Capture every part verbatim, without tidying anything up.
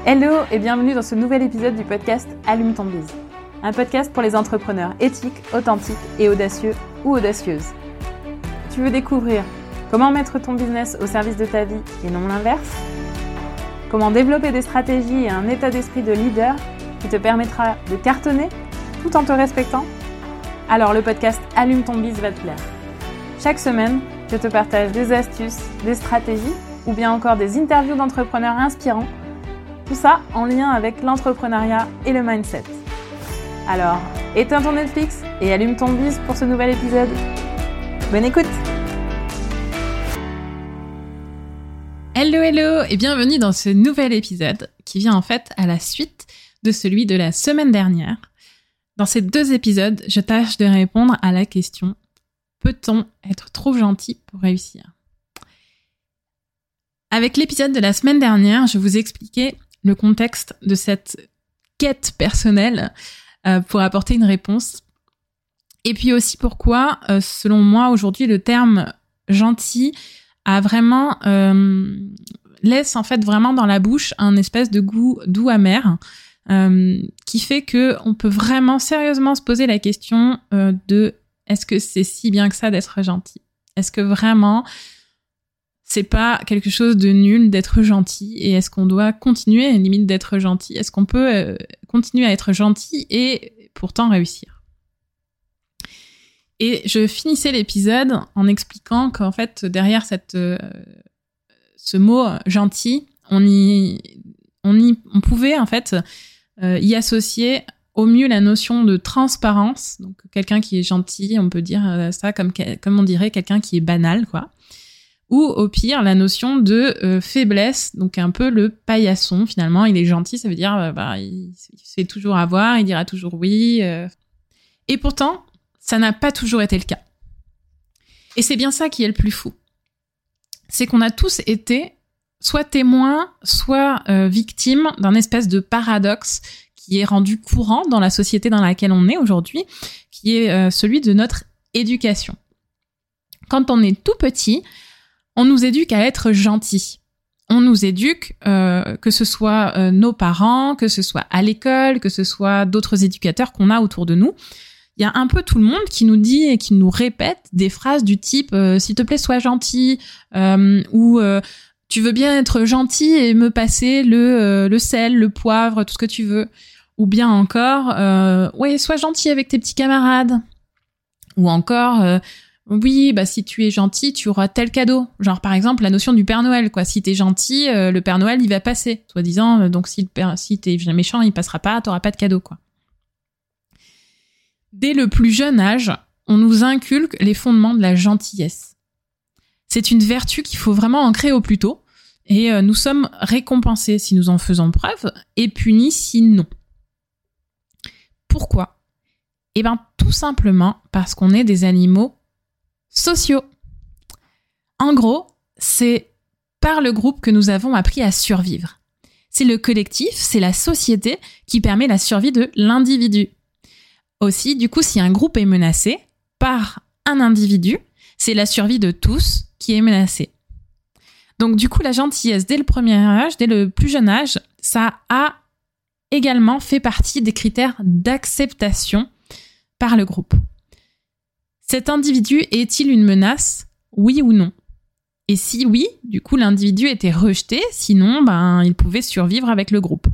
Hello et bienvenue dans ce nouvel épisode du podcast Allume ton biz. Un podcast pour les entrepreneurs éthiques, authentiques et audacieux ou audacieuses. Tu veux découvrir comment mettre ton business au service de ta vie et non l'inverse? Comment développer des stratégies et un état d'esprit de leader qui te permettra de cartonner tout en te respectant? Alors le podcast Allume ton biz va te plaire. Chaque semaine, je te partage des astuces, des stratégies ou bien encore des interviews d'entrepreneurs inspirants. Tout ça en lien avec l'entrepreneuriat et le mindset. Alors, éteins ton Netflix et allume ton biz pour ce nouvel épisode. Bonne écoute! Hello hello et bienvenue dans ce nouvel épisode qui vient en fait à la suite de celui de la semaine dernière. Dans ces deux épisodes, je tâche de répondre à la question « Peut-on être trop gentil pour réussir ?» Avec l'épisode de la semaine dernière, je vous expliquais le contexte de cette quête personnelle euh, pour apporter une réponse. Et puis aussi pourquoi, euh, selon moi, aujourd'hui, le terme « gentil » a vraiment euh, laisse en fait vraiment dans la bouche un espèce de goût doux amer euh, qui fait que on peut vraiment sérieusement se poser la question euh, de est-ce que c'est si bien que ça d'être gentil? Est-ce que vraiment c'est pas quelque chose de nul d'être gentil et est-ce qu'on doit continuer limite d'être gentil? Est-ce qu'on peut euh, continuer à être gentil et pourtant réussir? Et je finissais l'épisode en expliquant qu'en fait derrière cette euh, ce mot gentil, on y on y on pouvait en fait euh, y associer au mieux la notion de transparence. Donc quelqu'un qui est gentil, on peut dire ça comme comme on dirait quelqu'un qui est banal quoi. Ou au pire la notion de euh, faiblesse, donc un peu le paillasson finalement. Il est gentil, ça veut dire euh, bah il, il se fait toujours avoir, il dira toujours oui. Euh. Et pourtant, ça n'a pas toujours été le cas. Et c'est bien ça qui est le plus fou. C'est qu'on a tous été soit témoins, soit euh, victimes d'un espèce de paradoxe qui est rendu courant dans la société dans laquelle on est aujourd'hui, qui est euh, celui de notre éducation. Quand on est tout petit, on nous éduque à être gentil. On nous éduque, euh, que ce soit euh, nos parents, que ce soit à l'école, que ce soit d'autres éducateurs qu'on a autour de nous. Il y a un peu tout le monde qui nous dit et qui nous répète des phrases du type euh, « s'il te plaît, sois gentil euh, » ou euh, « tu veux bien être gentil et me passer le, euh, le sel, le poivre, tout ce que tu veux » ou bien encore euh, « ouais, sois gentil avec tes petits camarades » ou encore euh, oui, bah si tu es gentil, tu auras tel cadeau. Genre par exemple la notion du Père Noël, quoi. Si t'es gentil, euh, le Père Noël il va passer, soi-disant. Euh, donc si, le père, si t'es méchant, il passera pas, t'auras pas de cadeau, quoi. Dès le plus jeune âge, on nous inculque les fondements de la gentillesse. C'est une vertu qu'il faut vraiment ancrer au plus tôt, et euh, nous sommes récompensés si nous en faisons preuve, et punis si non. Pourquoi ? Eh ben tout simplement parce qu'on est des animaux sociaux. En gros, c'est par le groupe que nous avons appris à survivre. C'est le collectif, c'est la société qui permet la survie de l'individu. Aussi, du coup, si un groupe est menacé par un individu, c'est la survie de tous qui est menacée. Donc du coup, la gentillesse dès le premier âge, dès le plus jeune âge, ça a également fait partie des critères d'acceptation par le groupe. Cet individu est-il une menace, oui ou non? Et si oui, du coup, l'individu était rejeté, sinon, ben, il pouvait survivre avec le groupe.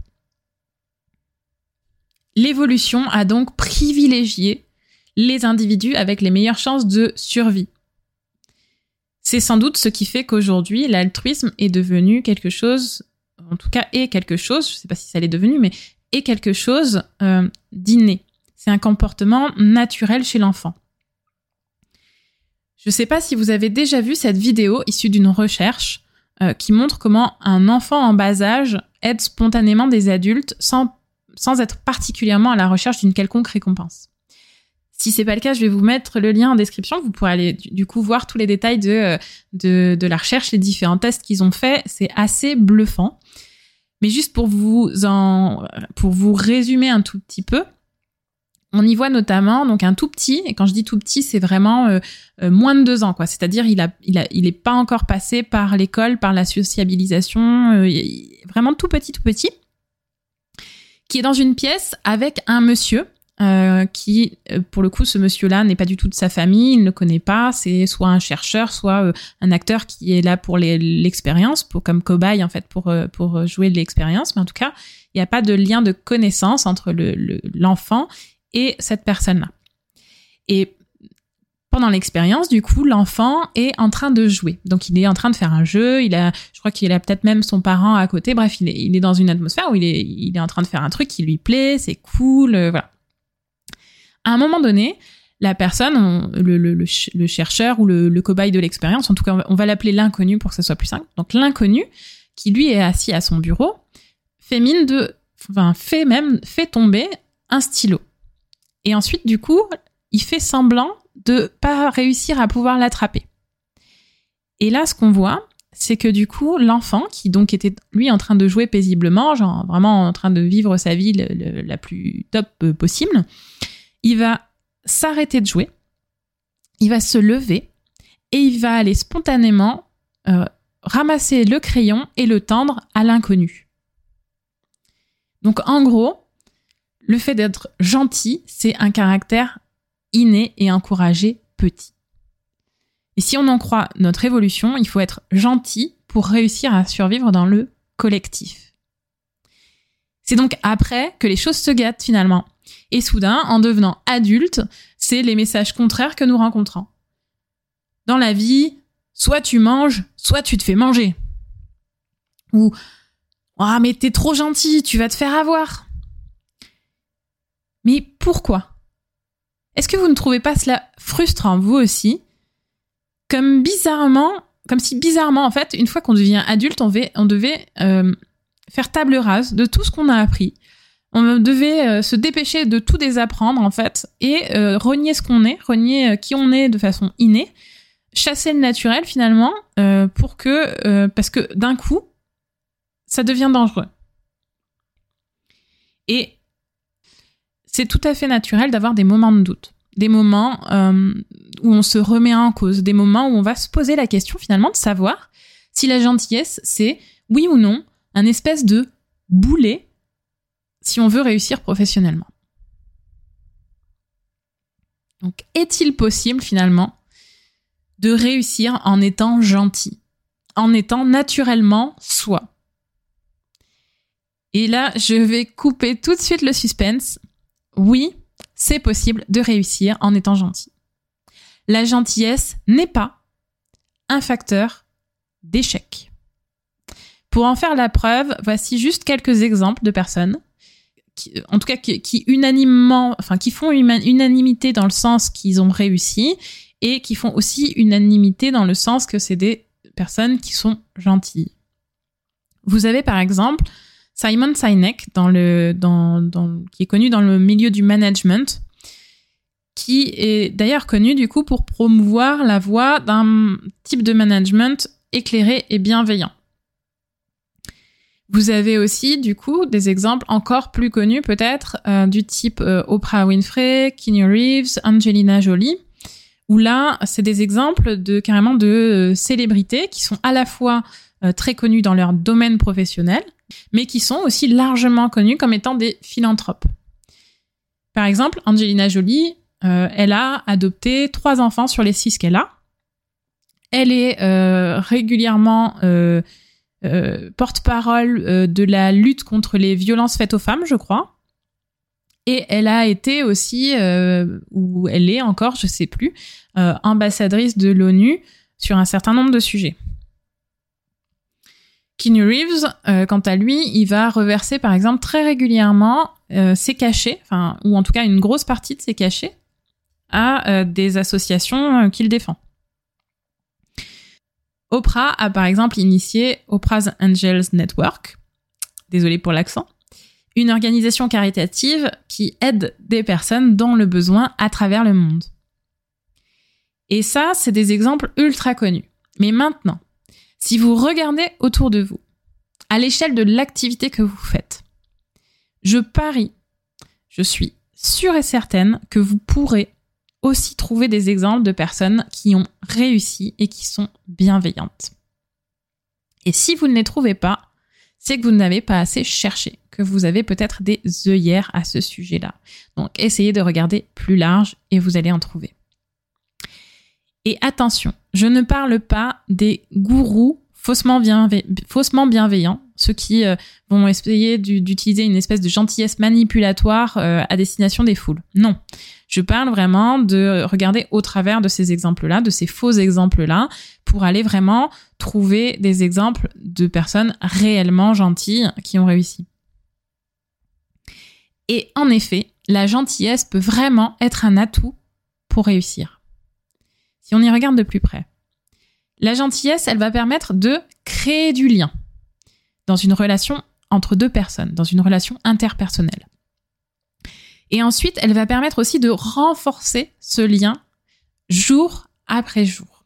L'évolution a donc privilégié les individus avec les meilleures chances de survie. C'est sans doute ce qui fait qu'aujourd'hui, l'altruisme est devenu quelque chose, en tout cas est quelque chose, je ne sais pas si ça l'est devenu, mais est quelque chose euh, d'inné. C'est un comportement naturel chez l'enfant. Je ne sais pas si vous avez déjà vu cette vidéo issue d'une recherche euh, qui montre comment un enfant en bas âge aide spontanément des adultes sans, sans être particulièrement à la recherche d'une quelconque récompense. Si c'est pas le cas, je vais vous mettre le lien en description. Vous pourrez aller du, du coup voir tous les détails de, de, de la recherche, les différents tests qu'ils ont faits. C'est assez bluffant. Mais juste pour vous en, pour vous résumer un tout petit peu, on y voit notamment donc un tout petit, et quand je dis tout petit, c'est vraiment euh, euh, moins de deux ans, quoi. C'est-à-dire il a, il a, il est pas encore passé par l'école, par la sociabilisation, euh, vraiment tout petit, tout petit. qui est dans une pièce avec un monsieur euh, qui, pour le coup, ce monsieur-là n'est pas du tout de sa famille, il ne le connaît pas, c'est soit un chercheur, soit euh, un acteur qui est là pour les, l'expérience, pour, comme cobaye en fait, pour, euh, pour jouer de l'expérience, mais en tout cas, il n'y a pas de lien de connaissance entre le, le, l'enfant et cette personne-là. Et pendant l'expérience, du coup, l'enfant est en train de jouer. Donc, il est en train de faire un jeu. Il a, je crois qu'il a peut-être même son parent à côté. Bref, il est, il est dans une atmosphère où il est, il est en train de faire un truc qui lui plaît, c'est cool, euh, voilà. À un moment donné, la personne, on, le, le, le, le chercheur ou le, le cobaye de l'expérience, en tout cas, on va, on va l'appeler l'inconnu pour que ce soit plus simple. Donc, l'inconnu, qui lui est assis à son bureau, fait mine de, enfin, fait même, fait tomber un stylo. Et ensuite, du coup, il fait semblant de pas réussir à pouvoir l'attraper. Et là, ce qu'on voit, c'est que du coup, l'enfant, qui donc était, lui, en train de jouer paisiblement, genre vraiment en train de vivre sa vie le, le, la plus top possible, il va s'arrêter de jouer, il va se lever, et il va aller spontanément euh, ramasser le crayon et le tendre à l'inconnu. Donc, en gros, le fait d'être gentil, c'est un caractère inné et encouragé petit. Et si on en croit notre évolution, il faut être gentil pour réussir à survivre dans le collectif. C'est donc après que les choses se gâtent finalement. Et soudain, en devenant adulte, c'est les messages contraires que nous rencontrons. Dans la vie, soit tu manges, soit tu te fais manger. Ou « Ah, mais t'es trop gentil, tu vas te faire avoir ». Mais pourquoi ? Est-ce que vous ne trouvez pas cela frustrant, vous aussi ? Comme bizarrement, comme si bizarrement, en fait, une fois qu'on devient adulte, on devait, on devait euh, faire table rase de tout ce qu'on a appris. On devait euh, se dépêcher de tout désapprendre, en fait, et euh, renier ce qu'on est, renier euh, qui on est de façon innée, chasser le naturel, finalement, euh, pour que, euh, parce que d'un coup, ça devient dangereux. Et c'est tout à fait naturel d'avoir des moments de doute, des moments euh, où on se remet en cause, des moments où on va se poser la question finalement de savoir si la gentillesse, c'est, oui ou non, un espèce de boulet si on veut réussir professionnellement. Donc, est-il possible finalement de réussir en étant gentil, en étant naturellement soi ? Et là, je vais couper tout de suite le suspense. Oui, c'est possible de réussir en étant gentil. La gentillesse n'est pas un facteur d'échec. Pour en faire la preuve, voici juste quelques exemples de personnes qui, en tout cas, qui, qui unanimement, enfin, qui font une unanimité dans le sens qu'ils ont réussi et qui font aussi unanimité dans le sens que c'est des personnes qui sont gentilles. Vous avez par exemple Simon Sinek, dans le, dans, dans, qui est connu dans le milieu du management, qui est d'ailleurs connu du coup pour promouvoir la voie d'un type de management éclairé et bienveillant. Vous avez aussi du coup des exemples encore plus connus peut-être euh, du type euh, Oprah Winfrey, Keanu Reeves, Angelina Jolie, où là c'est des exemples de carrément de euh, célébrités qui sont à la fois euh, très connues dans leur domaine professionnel, mais qui sont aussi largement connus comme étant des philanthropes. Par exemple, Angelina Jolie, euh, elle a adopté trois enfants sur les six qu'elle a. Elle est euh, régulièrement euh, euh, porte-parole euh, de la lutte contre les violences faites aux femmes, je crois. Et elle a été aussi, euh, ou elle est encore, je sais plus, euh, ambassadrice de l'ONU sur un certain nombre de sujets. Keanu Reeves, euh, quant à lui, il va reverser par exemple très régulièrement euh, ses cachets, enfin, ou en tout cas une grosse partie de ses cachets, à euh, des associations euh, qu'il défend. Oprah a par exemple initié Oprah's Angels Network, désolé pour l'accent, une organisation caritative qui aide des personnes dans le besoin à travers le monde. Et ça, c'est des exemples ultra connus. Mais maintenant, si vous regardez autour de vous, à l'échelle de l'activité que vous faites, je parie, je suis sûre et certaine que vous pourrez aussi trouver des exemples de personnes qui ont réussi et qui sont bienveillantes. Et si vous ne les trouvez pas, c'est que vous n'avez pas assez cherché. que vous avez peut-être des œillères à ce sujet-là. Donc, essayez de regarder plus large et vous allez en trouver. Et attention, je ne parle pas des gourous faussement, bienve- faussement bienveillants, ceux qui euh, vont essayer du, d'utiliser une espèce de gentillesse manipulatoire euh, à destination des foules. Non, je parle vraiment de regarder au travers de ces exemples-là, de ces faux exemples-là, pour aller vraiment trouver des exemples de personnes réellement gentilles qui ont réussi. Et en effet, la gentillesse peut vraiment être un atout pour réussir. Si on y regarde de plus près, la gentillesse, elle va permettre de créer du lien dans une relation entre deux personnes, dans une relation interpersonnelle. Et ensuite, elle va permettre aussi de renforcer ce lien jour après jour.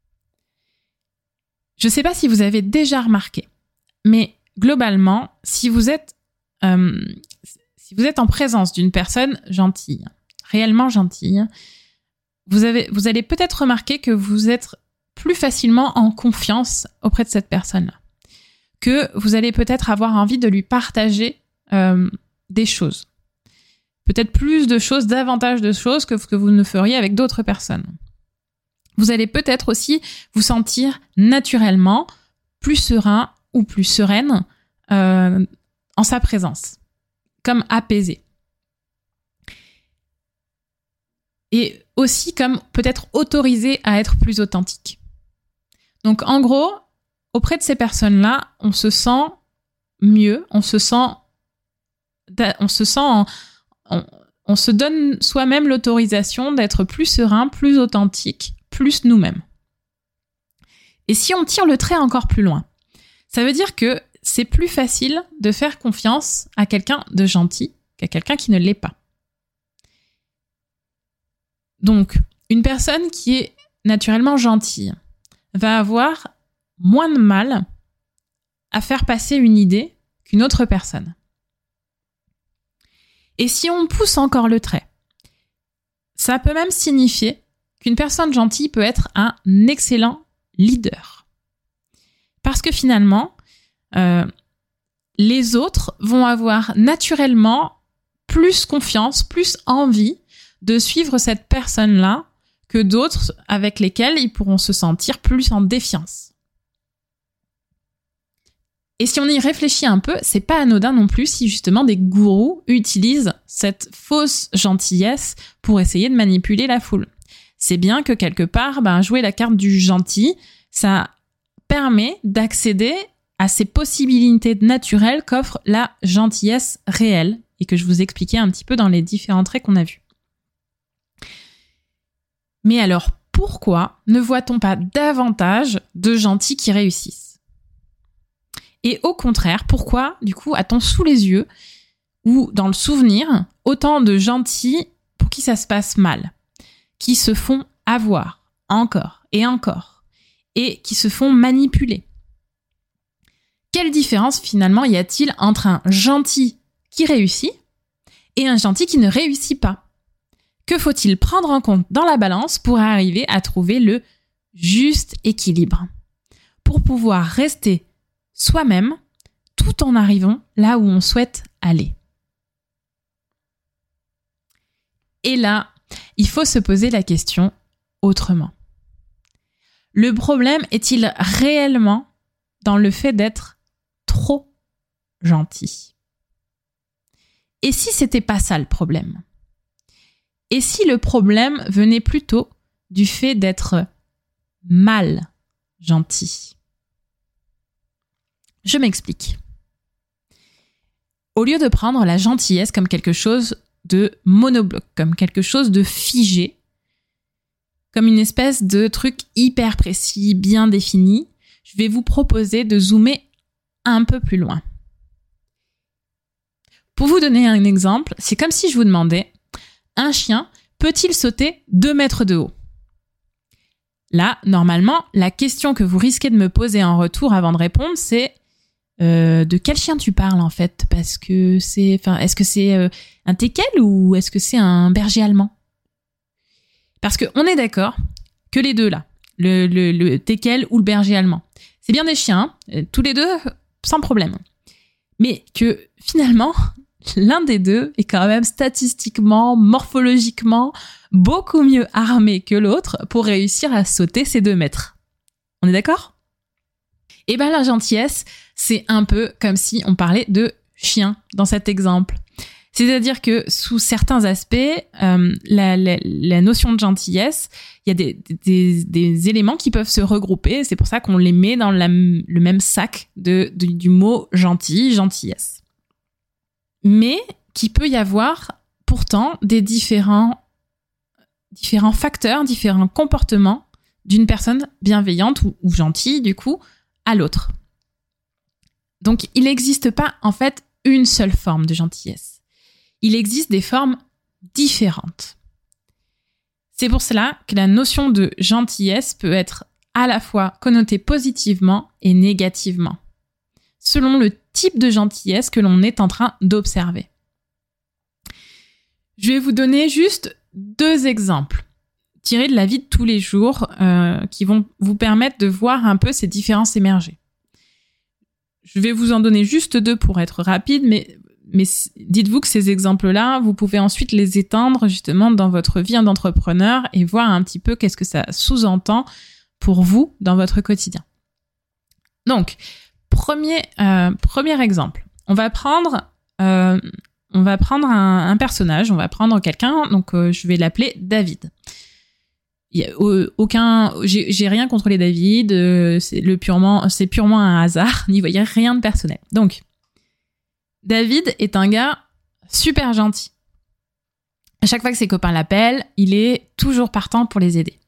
Je ne sais pas si vous avez déjà remarqué, mais globalement, si vous êtes, euh, si vous êtes en présence d'une personne gentille, réellement gentille, vous, avez, vous allez peut-être remarquer que vous êtes plus facilement en confiance auprès de cette personne-là, que vous allez peut-être avoir envie de lui partager euh, des choses. Peut-être plus de choses, davantage de choses que ce que vous ne feriez avec d'autres personnes. Vous allez peut-être aussi vous sentir naturellement plus serein ou plus sereine euh, en sa présence, comme apaisé. Et aussi comme peut-être autorisé à être plus authentique. Donc en gros, auprès de ces personnes-là, on se sent mieux, on se sent, on se sent, en, on, on se donne soi-même l'autorisation d'être plus serein, plus authentique, plus nous-mêmes. Et si on tire le trait encore plus loin, ça veut dire que c'est plus facile de faire confiance à quelqu'un de gentil qu'à quelqu'un qui ne l'est pas. Donc, une personne qui est naturellement gentille va avoir moins de mal à faire passer une idée qu'une autre personne. Et si on pousse encore le trait, ça peut même signifier qu'une personne gentille peut être un excellent leader. Parce que finalement, euh, les autres vont avoir naturellement plus confiance, plus envie de suivre cette personne-là que d'autres avec lesquels ils pourront se sentir plus en défiance. Et si on y réfléchit un peu, c'est pas anodin non plus si justement des gourous utilisent cette fausse gentillesse pour essayer de manipuler la foule. C'est bien que quelque part, ben, jouer la carte du gentil, ça permet d'accéder à ces possibilités naturelles qu'offre la gentillesse réelle et que je vous expliquais un petit peu dans les différents traits qu'on a vus. Mais alors, pourquoi ne voit-on pas davantage de gentils qui réussissent ? Et au contraire, pourquoi, du coup, a-t-on sous les yeux ou dans le souvenir autant de gentils pour qui ça se passe mal, qui se font avoir encore et encore et qui se font manipuler ? Quelle différence finalement y a-t-il entre un gentil qui réussit et un gentil qui ne réussit pas ? Que faut-il prendre en compte dans la balance pour arriver à trouver le juste équilibre, pour pouvoir rester soi-même tout en arrivant là où on souhaite aller? Et là, il faut se poser la question autrement. Le problème est-il réellement dans le fait d'être trop gentil ? Et si c'était pas ça le problème ? Et si le problème venait plutôt du fait d'être mal gentil ? Je m'explique. Au lieu de prendre la gentillesse comme quelque chose de monobloc, comme quelque chose de figé, comme une espèce de truc hyper précis, bien défini, je vais vous proposer de zoomer un peu plus loin. Pour vous donner un exemple, c'est comme si je vous demandais: un chien peut-il sauter deux mètres de haut ? Là, normalement, la question que vous risquez de me poser en retour avant de répondre, c'est euh, de quel chien tu parles en fait ? Parce que c'est, enfin, est-ce que c'est euh, un teckel ou est-ce que c'est un berger allemand ? Parce que on est d'accord que les deux là, le, le, le teckel ou le berger allemand, c'est bien des chiens, tous les deux sans problème. mais que finalement, l'un des deux est quand même statistiquement, morphologiquement, beaucoup mieux armé que l'autre pour réussir à sauter ces deux mètres. On est d'accord ? Eh ben, la gentillesse, c'est un peu comme si on parlait de chien dans cet exemple. C'est-à-dire que sous certains aspects, euh, la, la, la notion de gentillesse, il y a des, des, des éléments qui peuvent se regrouper. C'est pour ça qu'on les met dans la, le même sac de, de, du mot gentil, gentillesse. Mais qu'il peut y avoir pourtant des différents, différents facteurs, différents comportements d'une personne bienveillante ou, ou gentille, du coup, à l'autre. Donc, il n'existe pas, en fait, une seule forme de gentillesse. Il existe des formes différentes. C'est pour cela que la notion de gentillesse peut être à la fois connotée positivement et négativement, selon le type de gentillesse que l'on est en train d'observer. Je vais vous donner juste deux exemples tirés de la vie de tous les jours euh, qui vont vous permettre de voir un peu ces différences émerger. Je vais vous en donner juste deux pour être rapide, mais, mais dites-vous que ces exemples-là, vous pouvez ensuite les étendre justement dans votre vie d'entrepreneur et voir un petit peu qu'est-ce que ça sous-entend pour vous dans votre quotidien. Donc, premier, euh, premier exemple. On va prendre, euh, on va prendre un, un personnage, on va prendre quelqu'un, donc euh, je vais l'appeler David. Il y a aucun, j'ai, j'ai rien contre les David, euh, c'est le purement, c'est purement un hasard, n'y voyez rien de personnel. Donc, David est un gars super gentil. À chaque fois que ses copains l'appellent, il est toujours partant pour les aider.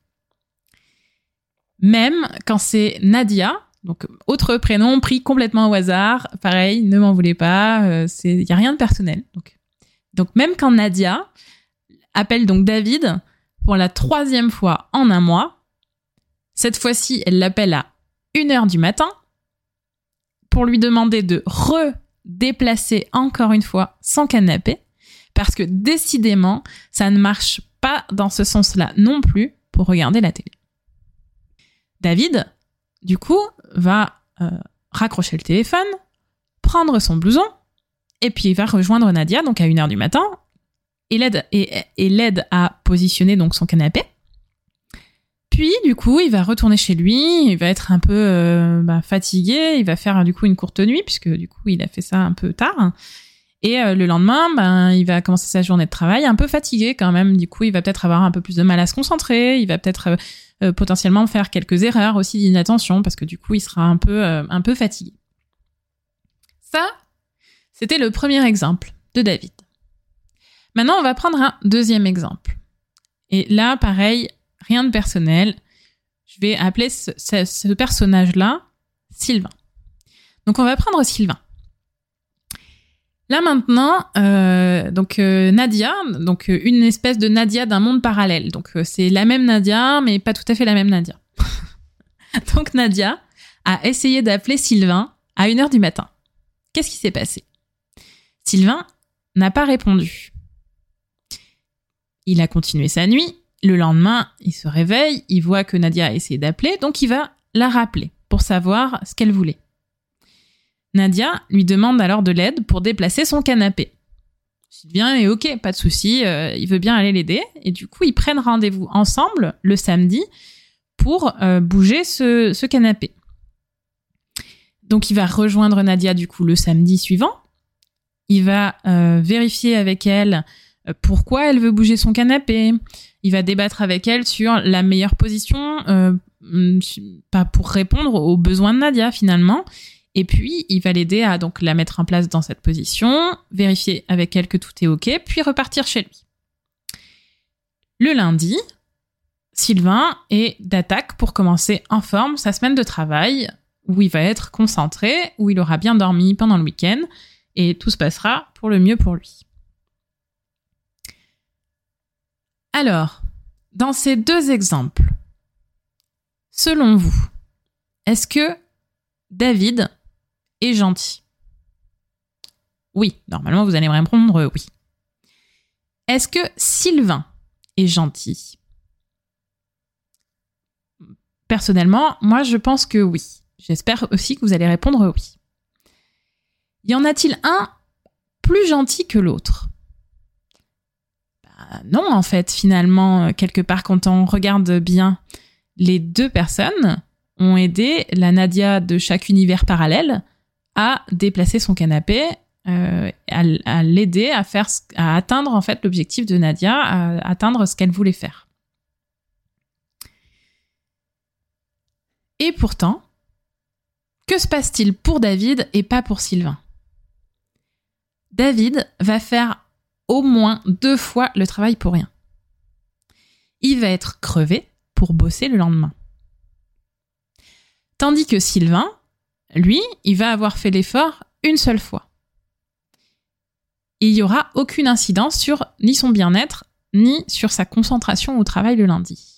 Même quand c'est Nadia, donc autre prénom pris complètement au hasard, pareil, ne m'en voulez pas, euh, c'est, y a rien de personnel. Donc, donc même quand Nadia appelle donc David pour la troisième fois en un mois, cette fois-ci, elle l'appelle à une heure du matin pour lui demander de redéplacer encore une fois son canapé, parce que décidément, ça ne marche pas dans ce sens-là non plus pour regarder la télé. David, du coup, va euh, raccrocher le téléphone, prendre son blouson, et puis il va rejoindre Nadia, donc à une heure du matin, et l'aide, et, et l'aide à positionner donc son canapé. Puis, du coup, il va retourner chez lui, il va être un peu euh, bah, fatigué, il va faire du coup une courte nuit, puisque du coup, il a fait ça un peu tard. Et euh, le lendemain, ben, il va commencer sa journée de travail un peu fatigué quand même. Du coup, il va peut-être avoir un peu plus de mal à se concentrer, il va peut-être euh, euh, potentiellement faire quelques erreurs aussi d'inattention, parce que du coup, il sera un peu, euh, un peu fatigué. Ça, c'était le premier exemple de David. Maintenant, on va prendre un deuxième exemple. Et là, pareil, rien de personnel. Je vais appeler ce, ce, ce personnage-là Sylvain. Donc, on va prendre Sylvain. Là, maintenant, euh, donc euh, Nadia, donc euh, une espèce de Nadia d'un monde parallèle. Donc, euh, c'est la même Nadia, mais pas tout à fait la même Nadia. Donc, Nadia a essayé d'appeler Sylvain à une heure du matin. Qu'est-ce qui s'est passé ? Sylvain n'a pas répondu. Il a continué sa nuit. Le lendemain, il se réveille, il voit que Nadia a essayé d'appeler, donc il va la rappeler pour savoir ce qu'elle voulait. Nadia lui demande alors de l'aide pour déplacer son canapé. Sylvain est ok, pas de souci, euh, il veut bien aller l'aider, et du coup, ils prennent rendez-vous ensemble le samedi pour euh, bouger ce, ce canapé. Donc, il va rejoindre Nadia du coup le samedi suivant. Il va euh, vérifier avec elle pourquoi elle veut bouger son canapé. Il va débattre avec elle sur la meilleure position, euh, pas pour répondre aux besoins de Nadia finalement. Et puis, il va l'aider à donc la mettre en place dans cette position, vérifier avec elle que tout est ok, puis repartir chez lui. Le lundi, Sylvain est d'attaque pour commencer en forme sa semaine de travail, où il va être concentré, où il aura bien dormi pendant le week-end, et tout se passera pour le mieux pour lui. Alors, dans ces deux exemples, selon vous, est-ce que David est gentil ? Oui, normalement vous allez me répondre oui. Est-ce que Sylvain est gentil ? Personnellement, moi je pense que oui. J'espère aussi que vous allez répondre oui. Y en a-t-il un plus gentil que l'autre ? Bah, non, en fait, finalement, quelque part, quand on regarde bien, les deux personnes ont aidé la Nadia de chaque univers parallèle à déplacer son canapé, euh, à, à l'aider à faire, à atteindre en fait l'objectif de Nadia, à atteindre ce qu'elle voulait faire. Et pourtant, que se passe-t-il pour David et pas pour Sylvain ? David va faire au moins deux fois le travail pour rien. Il va être crevé pour bosser le lendemain. Tandis que Sylvain, lui, il va avoir fait l'effort une seule fois. Il n'y aura aucune incidence sur ni son bien-être, ni sur sa concentration au travail le lundi.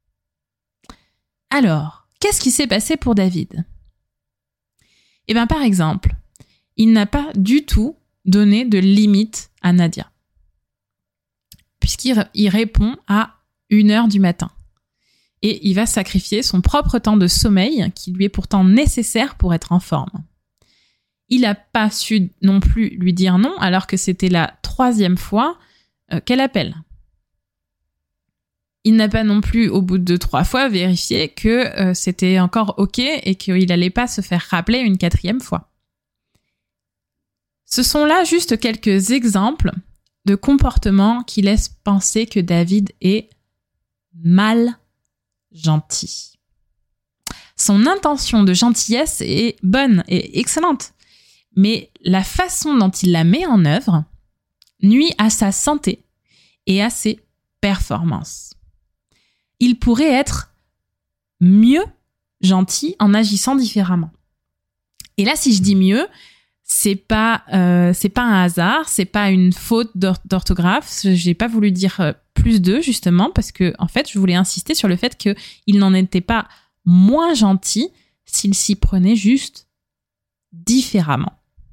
Alors, qu'est-ce qui s'est passé pour David ? Eh bien, par exemple, il n'a pas du tout donné de limite à Nadia, puisqu'il il répond à une heure du matin. Et il va sacrifier son propre temps de sommeil, qui lui est pourtant nécessaire pour être en forme. Il n'a pas su non plus lui dire non, alors que c'était la troisième fois euh, qu'elle appelle. Il n'a pas non plus, au bout de trois fois, vérifié que euh, c'était encore OK et qu'il n'allait pas se faire rappeler une quatrième fois. Ce sont là juste quelques exemples de comportements qui laissent penser que David est mal gentil. Son intention de gentillesse est bonne et excellente, mais la façon dont il la met en œuvre nuit à sa santé et à ses performances. Il pourrait être mieux gentil en agissant différemment. Et là, si je dis mieux, c'est pas euh, c'est pas un hasard, c'est pas une faute d'orthographe. J'ai pas voulu dire plus de justement parce que en fait, je voulais insister sur le fait que il n'en était pas moins gentil s'il s'y prenait juste différemment.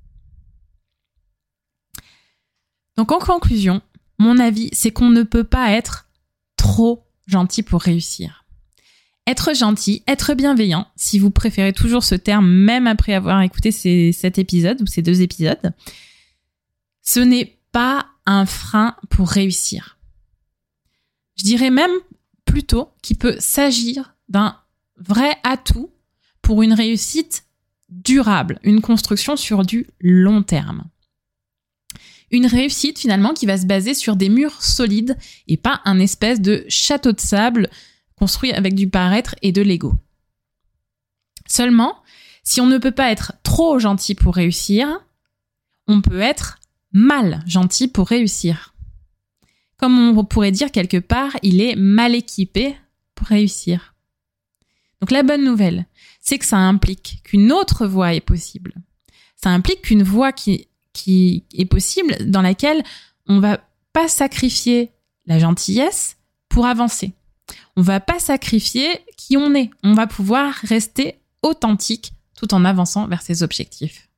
Donc en conclusion, mon avis, c'est qu'on ne peut pas être trop gentil pour réussir. Être gentil, être bienveillant, si vous préférez toujours ce terme, même après avoir écouté ces, cet épisode ou ces deux épisodes, ce n'est pas un frein pour réussir. Je dirais même plutôt qu'il peut s'agir d'un vrai atout pour une réussite durable, une construction sur du long terme. Une réussite finalement qui va se baser sur des murs solides et pas un espèce de château de sable construit avec du paraître et de l'ego. Seulement, si on ne peut pas être trop gentil pour réussir, on peut être mal gentil pour réussir. Comme on pourrait dire quelque part, il est mal équipé pour réussir. Donc la bonne nouvelle, c'est que ça implique qu'une autre voie est possible. Ça implique qu'une voie qui, qui est possible dans laquelle on va pas sacrifier la gentillesse pour avancer. On va pas sacrifier qui on est. On va pouvoir rester authentique tout en avançant vers ses objectifs.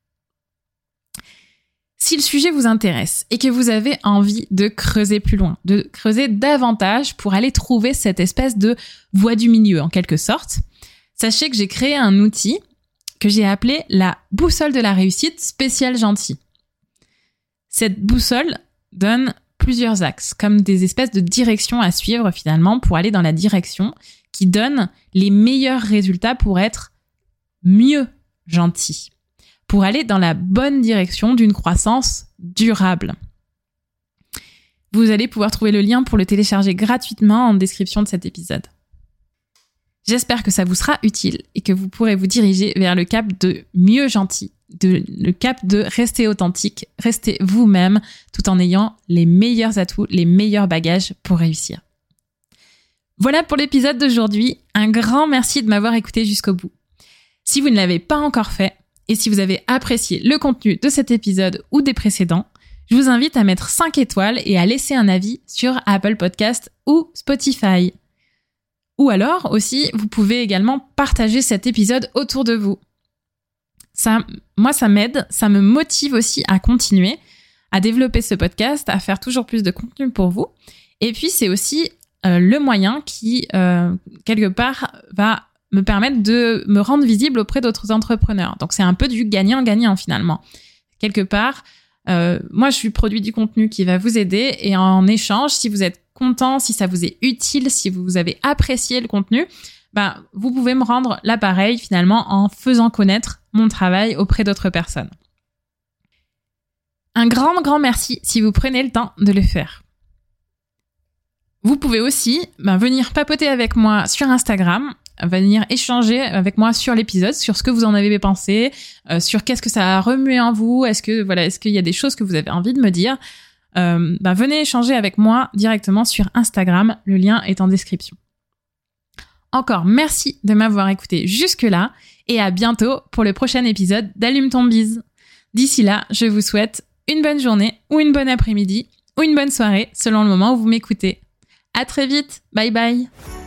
Si le sujet vous intéresse et que vous avez envie de creuser plus loin, de creuser davantage pour aller trouver cette espèce de voie du milieu en quelque sorte, sachez que j'ai créé un outil que j'ai appelé la boussole de la réussite spéciale gentil. Cette boussole donne plusieurs axes, comme des espèces de directions à suivre finalement pour aller dans la direction qui donne les meilleurs résultats pour être mieux gentil, pour aller dans la bonne direction d'une croissance durable. Vous allez pouvoir trouver le lien pour le télécharger gratuitement en description de cet épisode. J'espère que ça vous sera utile et que vous pourrez vous diriger vers le cap de mieux gentil, de, le cap de rester authentique, rester vous-même tout en ayant les meilleurs atouts, les meilleurs bagages pour réussir. Voilà pour l'épisode d'aujourd'hui. Un grand merci de m'avoir écouté jusqu'au bout. Si vous ne l'avez pas encore fait et si vous avez apprécié le contenu de cet épisode ou des précédents, je vous invite à mettre cinq étoiles et à laisser un avis sur Apple Podcast ou Spotify. Ou alors aussi, vous pouvez également partager cet épisode autour de vous. Ça, moi, ça m'aide, ça me motive aussi à continuer, à développer ce podcast, à faire toujours plus de contenu pour vous. Et puis, c'est aussi euh, le moyen qui, euh, quelque part, va me permettre de me rendre visible auprès d'autres entrepreneurs. Donc, c'est un peu du gagnant-gagnant finalement. quelque part, euh, moi, je suis produit du contenu qui va vous aider et en échange, si vous êtes content, si ça vous est utile, si vous avez apprécié le contenu, ben, vous pouvez me rendre l'appareil finalement en faisant connaître mon travail auprès d'autres personnes. Un grand, grand merci si vous prenez le temps de le faire. Vous pouvez aussi ben, venir papoter avec moi sur Instagram, venir échanger avec moi sur l'épisode, sur ce que vous en avez pensé, euh, sur qu'est-ce que ça a remué en vous, est-ce que voilà, est-ce qu'il y a des choses que vous avez envie de me dire. Euh, ben, venez échanger avec moi directement sur Instagram, le lien est en description. Encore merci de m'avoir écouté jusque-là et à bientôt pour le prochain épisode d'Allume ton bise. D'ici là, je vous souhaite une bonne journée ou une bonne après-midi ou une bonne soirée selon le moment où vous m'écoutez. À très vite, bye bye.